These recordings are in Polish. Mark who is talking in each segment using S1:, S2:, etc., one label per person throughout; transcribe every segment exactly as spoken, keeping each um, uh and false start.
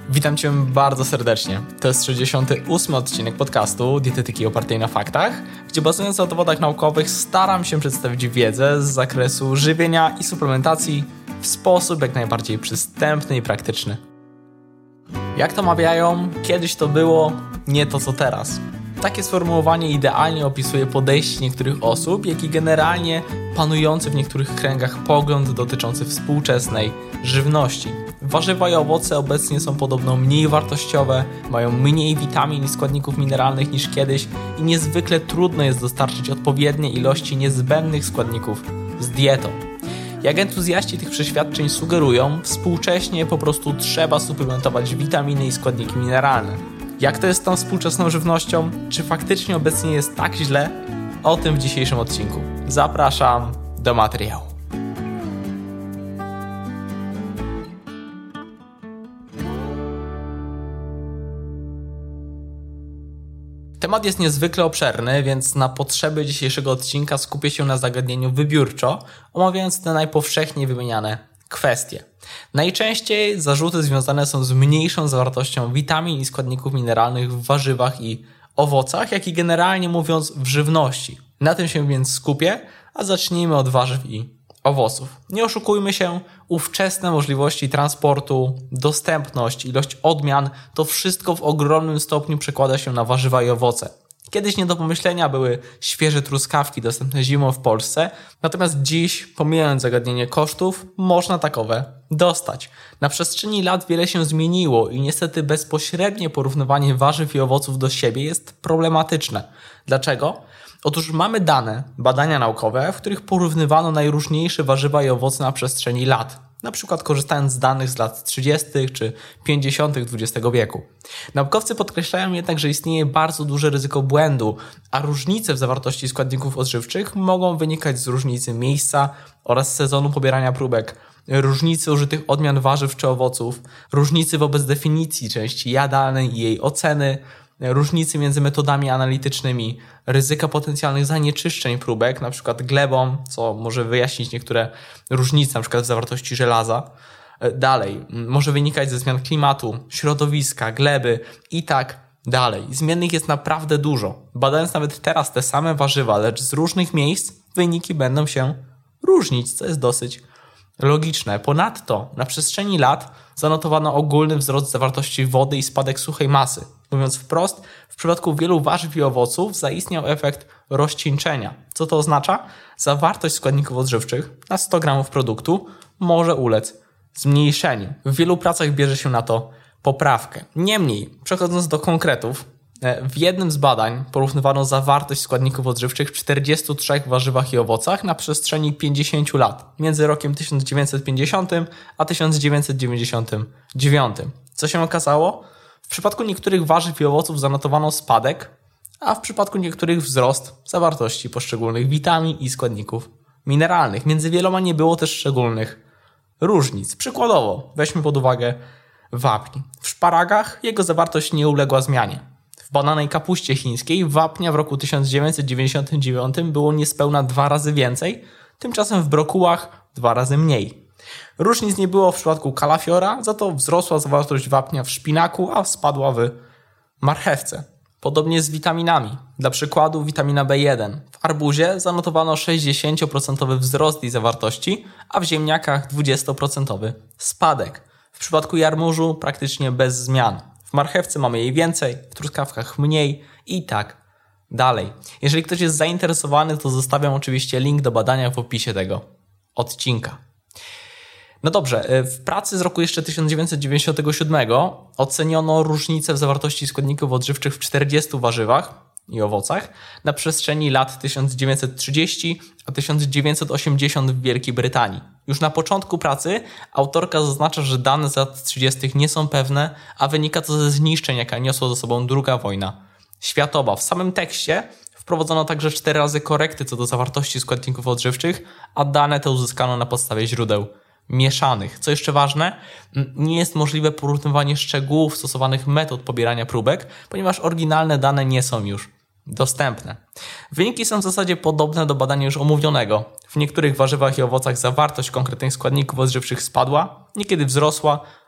S1: Witam Cię bardzo serdecznie. To jest sześćdziesiąty ósmy odcinek podcastu Dietetyki opartej na faktach, gdzie bazując na dowodach naukowych staram się przedstawić wiedzę z zakresu żywienia i suplementacji w sposób jak najbardziej przystępny i praktyczny. Jak to mawiają, kiedyś to było, nie to co teraz. Takie sformułowanie idealnie opisuje podejście niektórych osób, jak i generalnie panujący w niektórych kręgach pogląd dotyczący współczesnej żywności. Warzywa i owoce obecnie są podobno mniej wartościowe, mają mniej witamin i składników mineralnych niż kiedyś i niezwykle trudno jest dostarczyć odpowiednie ilości niezbędnych składników z dietą. Jak entuzjaści tych przeświadczeń sugerują, współcześnie po prostu trzeba suplementować witaminy i składniki mineralne. Jak to jest z tą współczesną żywnością? Czy faktycznie obecnie jest tak źle? O tym w dzisiejszym odcinku. Zapraszam do materiału. Temat jest niezwykle obszerny, więc na potrzeby dzisiejszego odcinka skupię się na zagadnieniu wybiórczo, omawiając te najpowszechniej wymieniane kwestie. Najczęściej zarzuty związane są z mniejszą zawartością witamin i składników mineralnych w warzywach i owocach, jak i generalnie mówiąc w żywności. Na tym się więc skupię, a zacznijmy od warzyw i owoców. Nie oszukujmy się, ówczesne możliwości transportu, dostępność, ilość odmian, to wszystko w ogromnym stopniu przekłada się na warzywa i owoce. Kiedyś nie do pomyślenia były świeże truskawki dostępne zimą w Polsce, natomiast dziś, pomijając zagadnienie kosztów, można takowe dostać. Na przestrzeni lat wiele się zmieniło i niestety bezpośrednie porównywanie warzyw i owoców do siebie jest problematyczne. Dlaczego? Otóż mamy dane, badania naukowe, w których porównywano najróżniejsze warzywa i owoce na przestrzeni lat. Na przykład korzystając z danych z lat trzydziestych czy pięćdziesiątych dwudziestego wieku. Naukowcy podkreślają jednak, że istnieje bardzo duże ryzyko błędu, a różnice w zawartości składników odżywczych mogą wynikać z różnicy miejsca oraz sezonu pobierania próbek, różnicy użytych odmian warzyw czy owoców, różnicy wobec definicji części jadalnej i jej oceny, różnicy między metodami analitycznymi, ryzyka potencjalnych zanieczyszczeń próbek, np. glebą, co może wyjaśnić niektóre różnice, np. w zawartości żelaza. Dalej, może wynikać ze zmian klimatu, środowiska, gleby i tak dalej. Zmiennych jest naprawdę dużo. Badając nawet teraz te same warzywa, lecz z różnych miejsc, wyniki będą się różnić, co jest dosyć logiczne. Ponadto na przestrzeni lat zanotowano ogólny wzrost zawartości wody i spadek suchej masy. Mówiąc wprost, w przypadku wielu warzyw i owoców zaistniał efekt rozcieńczenia. Co to oznacza? Zawartość składników odżywczych na sto gramów produktu może ulec zmniejszeniu. W wielu pracach bierze się na to poprawkę. Niemniej, przechodząc do konkretów, w jednym z badań porównywano zawartość składników odżywczych w czterdziestu trzech warzywach i owocach na przestrzeni pięćdziesięciu lat, między rokiem tysiąc dziewięćset pięćdziesiątym a tysiąc dziewięćset dziewięćdziesiątym dziewiątym. Co się okazało? W przypadku niektórych warzyw i owoców zanotowano spadek, a w przypadku niektórych wzrost zawartości poszczególnych witamin i składników mineralnych. Między wieloma nie było też szczególnych różnic. Przykładowo, weźmy pod uwagę wapń. W szparagach jego zawartość nie uległa zmianie. W bananej kapuście chińskiej wapnia w roku tysiąc dziewięćset dziewięćdziesiątym dziewiątym było niespełna dwa razy więcej, tymczasem w brokułach dwa razy mniej. Różnic nie było w przypadku kalafiora, za to wzrosła zawartość wapnia w szpinaku, a spadła w marchewce. Podobnie z witaminami. Dla przykładu witamina B jeden. W arbuzie zanotowano sześćdziesięcioprocentowy wzrost jej zawartości, a w ziemniakach dwudziestoprocentowy spadek. W przypadku jarmużu praktycznie bez zmian. W marchewce mamy jej więcej, w truskawkach mniej i tak dalej. Jeżeli ktoś jest zainteresowany, to zostawiam oczywiście link do badania w opisie tego odcinka. No dobrze, w pracy z roku jeszcze tysiąc dziewięćset dziewięćdziesiątego siódmego oceniono różnice w zawartości składników odżywczych w czterdziestu warzywach i owocach na przestrzeni lat tysiąc dziewięćset trzydziestego a tysiąc dziewięćset osiemdziesiątego w Wielkiej Brytanii. Już na początku pracy autorka zaznacza, że dane z lat trzydziestych nie są pewne, a wynika to ze zniszczeń, jaka niosła ze sobą druga wojna światowa. W samym tekście wprowadzono także cztery razy korekty co do zawartości składników odżywczych, a dane te uzyskano na podstawie źródeł mieszanych. Co jeszcze ważne, nie jest możliwe porównywanie szczegółów stosowanych metod pobierania próbek, ponieważ oryginalne dane nie są już dostępne. Wyniki są w zasadzie podobne do badania już omówionego. W niektórych warzywach i owocach zawartość konkretnych składników odżywczych spadła, niekiedy wzrosła,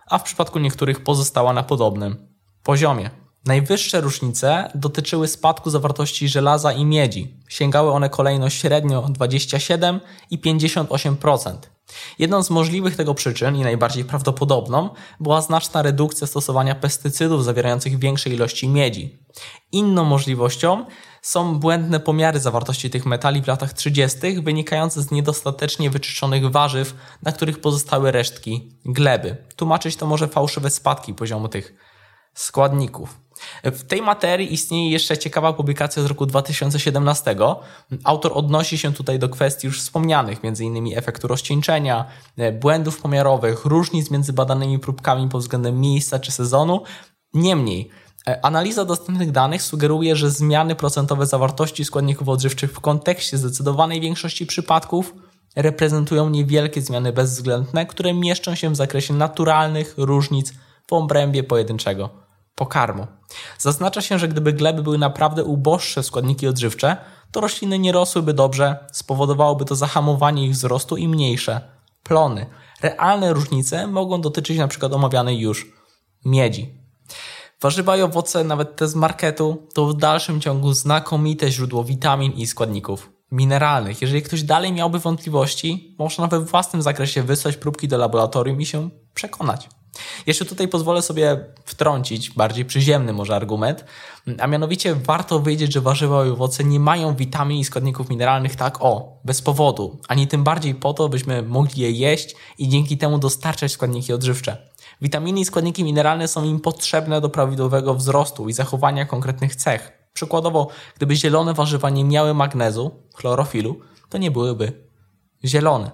S1: a w przypadku niektórych pozostała na podobnym poziomie. Najwyższe różnice dotyczyły spadku zawartości żelaza i miedzi. Sięgały one kolejno średnio dwadzieścia siedem i pięćdziesiąt osiem procent. Jedną z możliwych tego przyczyn i najbardziej prawdopodobną była znaczna redukcja stosowania pestycydów zawierających większe ilości miedzi. Inną możliwością są błędne pomiary zawartości tych metali w latach trzydziestych wynikające z niedostatecznie wyczyszczonych warzyw, na których pozostały resztki gleby. Tłumaczyć to może fałszywe spadki poziomu tych składników. W tej materii istnieje jeszcze ciekawa publikacja z roku dwa tysiące siedemnastego. Autor odnosi się tutaj do kwestii już wspomnianych, m.in. efektu rozcieńczenia, błędów pomiarowych, różnic między badanymi próbkami pod względem miejsca czy sezonu. Niemniej, analiza dostępnych danych sugeruje, że zmiany procentowe zawartości składników odżywczych w kontekście zdecydowanej większości przypadków reprezentują niewielkie zmiany bezwzględne, które mieszczą się w zakresie naturalnych różnic w obrębie pojedynczego pokarmu. Zaznacza się, że gdyby gleby były naprawdę uboższe w składniki odżywcze, to rośliny nie rosłyby dobrze, spowodowałoby to zahamowanie ich wzrostu i mniejsze plony. Realne różnice mogą dotyczyć np. omawianej już miedzi. Warzywa i owoce, nawet te z marketu, to w dalszym ciągu znakomite źródło witamin i składników mineralnych. Jeżeli ktoś dalej miałby wątpliwości, można we własnym zakresie wysłać próbki do laboratorium i się przekonać. Jeszcze tutaj pozwolę sobie wtrącić bardziej przyziemny może argument, a mianowicie warto wiedzieć, że warzywa i owoce nie mają witamin i składników mineralnych tak o, bez powodu, ani tym bardziej po to, byśmy mogli je jeść i dzięki temu dostarczać składniki odżywcze. Witaminy i składniki mineralne są im potrzebne do prawidłowego wzrostu i zachowania konkretnych cech. Przykładowo, gdyby zielone warzywa nie miały magnezu, chlorofilu, to nie byłyby zielone.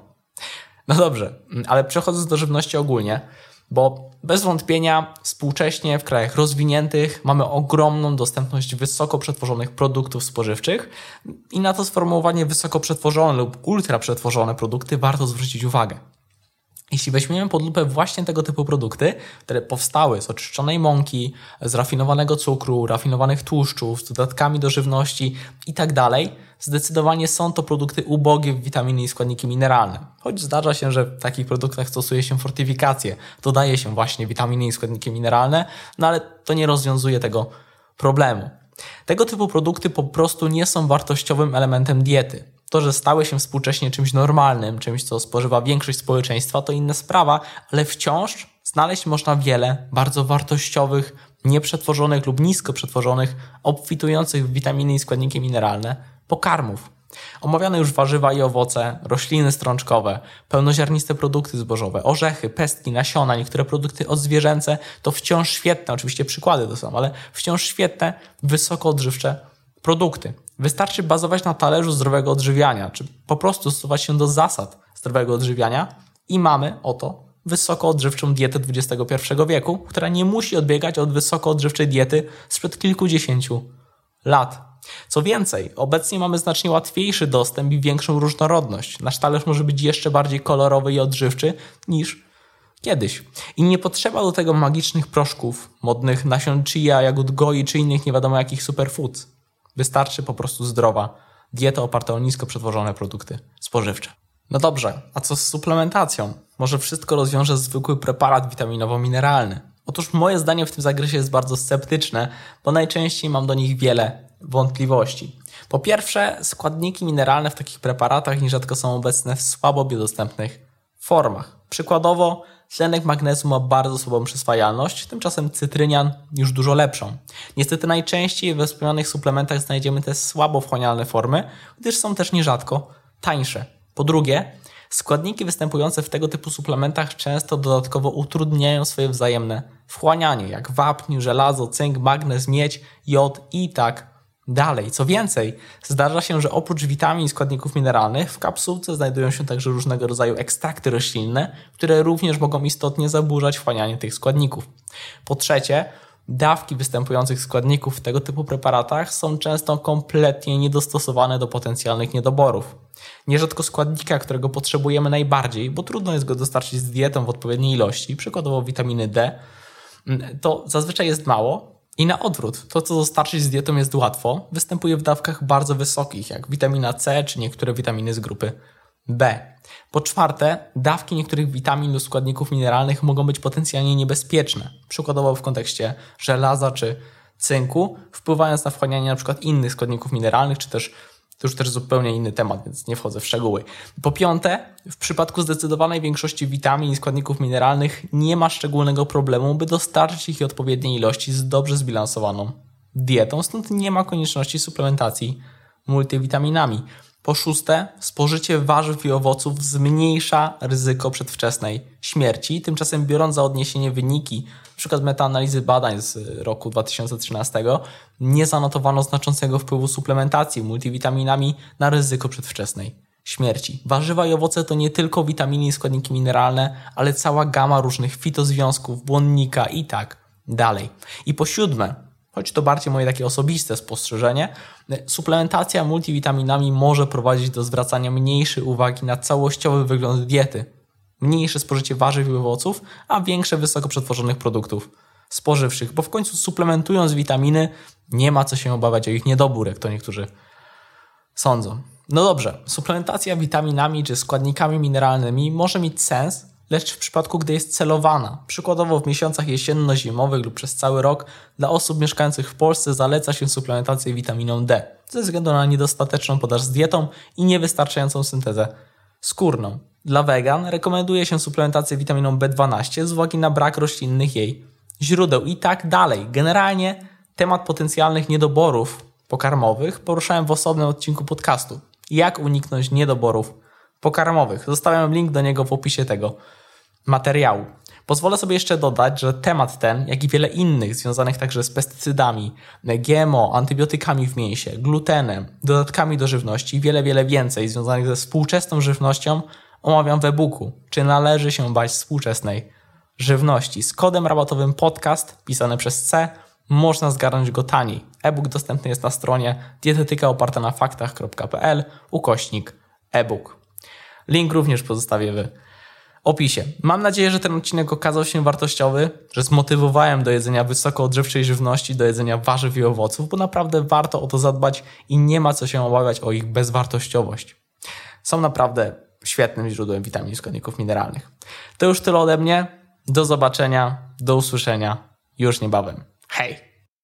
S1: No dobrze, ale przechodząc do żywności ogólnie, bo bez wątpienia współcześnie w krajach rozwiniętych mamy ogromną dostępność wysoko przetworzonych produktów spożywczych i na to sformułowanie wysoko przetworzone lub ultra przetworzone produkty warto zwrócić uwagę. Jeśli weźmiemy pod lupę właśnie tego typu produkty, które powstały z oczyszczonej mąki, z rafinowanego cukru, rafinowanych tłuszczów, z dodatkami do żywności itd., zdecydowanie są to produkty ubogie w witaminy i składniki mineralne. Choć zdarza się, że w takich produktach stosuje się fortyfikację, dodaje się właśnie witaminy i składniki mineralne, no ale to nie rozwiązuje tego problemu. Tego typu produkty po prostu nie są wartościowym elementem diety. To, że stały się współcześnie czymś normalnym, czymś, co spożywa większość społeczeństwa, to inna sprawa, ale wciąż znaleźć można wiele bardzo wartościowych, nieprzetworzonych lub nisko przetworzonych, obfitujących w witaminy i składniki mineralne pokarmów. Omawiane już warzywa i owoce, rośliny strączkowe, pełnoziarniste produkty zbożowe, orzechy, pestki, nasiona, niektóre produkty odzwierzęce to wciąż świetne, oczywiście przykłady to są, ale wciąż świetne, wysoko odżywcze produkty. Wystarczy bazować na talerzu zdrowego odżywiania, czy po prostu stosować się do zasad zdrowego odżywiania i mamy oto wysoko odżywczą dietę dwudziestego pierwszego wieku, która nie musi odbiegać od wysoko odżywczej diety sprzed kilkudziesięciu lat. Co więcej, obecnie mamy znacznie łatwiejszy dostęp i większą różnorodność. Nasz talerz może być jeszcze bardziej kolorowy i odżywczy niż kiedyś. I nie potrzeba do tego magicznych proszków, modnych nasion chia, jagód goi czy innych nie wiadomo jakich superfoods. Wystarczy po prostu zdrowa dieta oparta o nisko przetworzone produkty spożywcze. No dobrze, a co z suplementacją? Może wszystko rozwiąże zwykły preparat witaminowo-mineralny? Otóż moje zdanie w tym zakresie jest bardzo sceptyczne, bo najczęściej mam do nich wiele wątpliwości. Po pierwsze, składniki mineralne w takich preparatach nierzadko są obecne w słabo biodostępnych formach. Przykładowo, tlenek magnezu ma bardzo słabą przyswajalność, tymczasem cytrynian już dużo lepszą. Niestety najczęściej we wspomnianych suplementach znajdziemy te słabo wchłanialne formy, gdyż są też nierzadko tańsze. Po drugie, składniki występujące w tego typu suplementach często dodatkowo utrudniają swoje wzajemne wchłanianie, jak wapń, żelazo, cynk, magnez, miedź, jod i tak dalej. Co więcej, zdarza się, że oprócz witamin i składników mineralnych w kapsułce znajdują się także różnego rodzaju ekstrakty roślinne, które również mogą istotnie zaburzać wchłanianie tych składników. Po trzecie, dawki występujących składników w tego typu preparatach są często kompletnie niedostosowane do potencjalnych niedoborów. Nierzadko składnika, którego potrzebujemy najbardziej, bo trudno jest go dostarczyć z dietą w odpowiedniej ilości, przykładowo witaminy D, to zazwyczaj jest mało i na odwrót, to co dostarczyć z dietą jest łatwo, występuje w dawkach bardzo wysokich, jak witamina C czy niektóre witaminy z grupy B. Po czwarte, dawki niektórych witamin lub składników mineralnych mogą być potencjalnie niebezpieczne, przykładowo w kontekście żelaza czy cynku, wpływając na wchłanianie na przykład innych składników mineralnych, czy też, to już też zupełnie inny temat, więc nie wchodzę w szczegóły. Po piąte, w przypadku zdecydowanej większości witamin i składników mineralnych nie ma szczególnego problemu, by dostarczyć ich odpowiedniej ilości z dobrze zbilansowaną dietą, stąd nie ma konieczności suplementacji multivitaminami. Po szóste, spożycie warzyw i owoców zmniejsza ryzyko przedwczesnej śmierci. Tymczasem biorąc za odniesienie wyniki, np. metaanalizy badań z roku dwa tysiące trzynastego, nie zanotowano znaczącego wpływu suplementacji multivitaminami na ryzyko przedwczesnej śmierci. Warzywa i owoce to nie tylko witaminy i składniki mineralne, ale cała gama różnych fitozwiązków, błonnika i tak dalej. I po siódme, choć to bardziej moje takie osobiste spostrzeżenie, suplementacja multivitaminami może prowadzić do zwracania mniejszej uwagi na całościowy wygląd diety, mniejsze spożycie warzyw i owoców, a większe wysoko przetworzonych produktów spożywczych, bo w końcu suplementując witaminy nie ma co się obawiać o ich niedobór, jak to niektórzy sądzą. No dobrze, suplementacja witaminami czy składnikami mineralnymi może mieć sens, lecz w przypadku, gdy jest celowana, przykładowo w miesiącach jesienno-zimowych lub przez cały rok, dla osób mieszkających w Polsce zaleca się suplementację witaminą D ze względu na niedostateczną podaż z dietą i niewystarczającą syntezę skórną. Dla wegan rekomenduje się suplementację witaminą B dwanaście z uwagi na brak roślinnych jej źródeł i tak dalej. Generalnie temat potencjalnych niedoborów pokarmowych poruszałem w osobnym odcinku podcastu. Jak uniknąć niedoborów pokarmowych. Zostawiam link do niego w opisie tego materiału. Pozwolę sobie jeszcze dodać, że temat ten, jak i wiele innych związanych także z pestycydami, G M O, antybiotykami w mięsie, glutenem, dodatkami do żywności i wiele, wiele więcej związanych ze współczesną żywnością omawiam w e-booku. Czy należy się bać współczesnej żywności? Z kodem rabatowym podcast, pisany przez C, można zgarnąć go taniej. E-book dostępny jest na stronie dietetyka oparta na faktach kropka p l ukośnik e-book. Link również pozostawię w opisie. Mam nadzieję, że ten odcinek okazał się wartościowy, że zmotywowałem do jedzenia wysokoodżywczej żywności, do jedzenia warzyw i owoców, bo naprawdę warto o to zadbać i nie ma co się obawiać o ich bezwartościowość. Są naprawdę świetnym źródłem witamin i składników mineralnych. To już tyle ode mnie. Do zobaczenia, do usłyszenia już niebawem. Hej!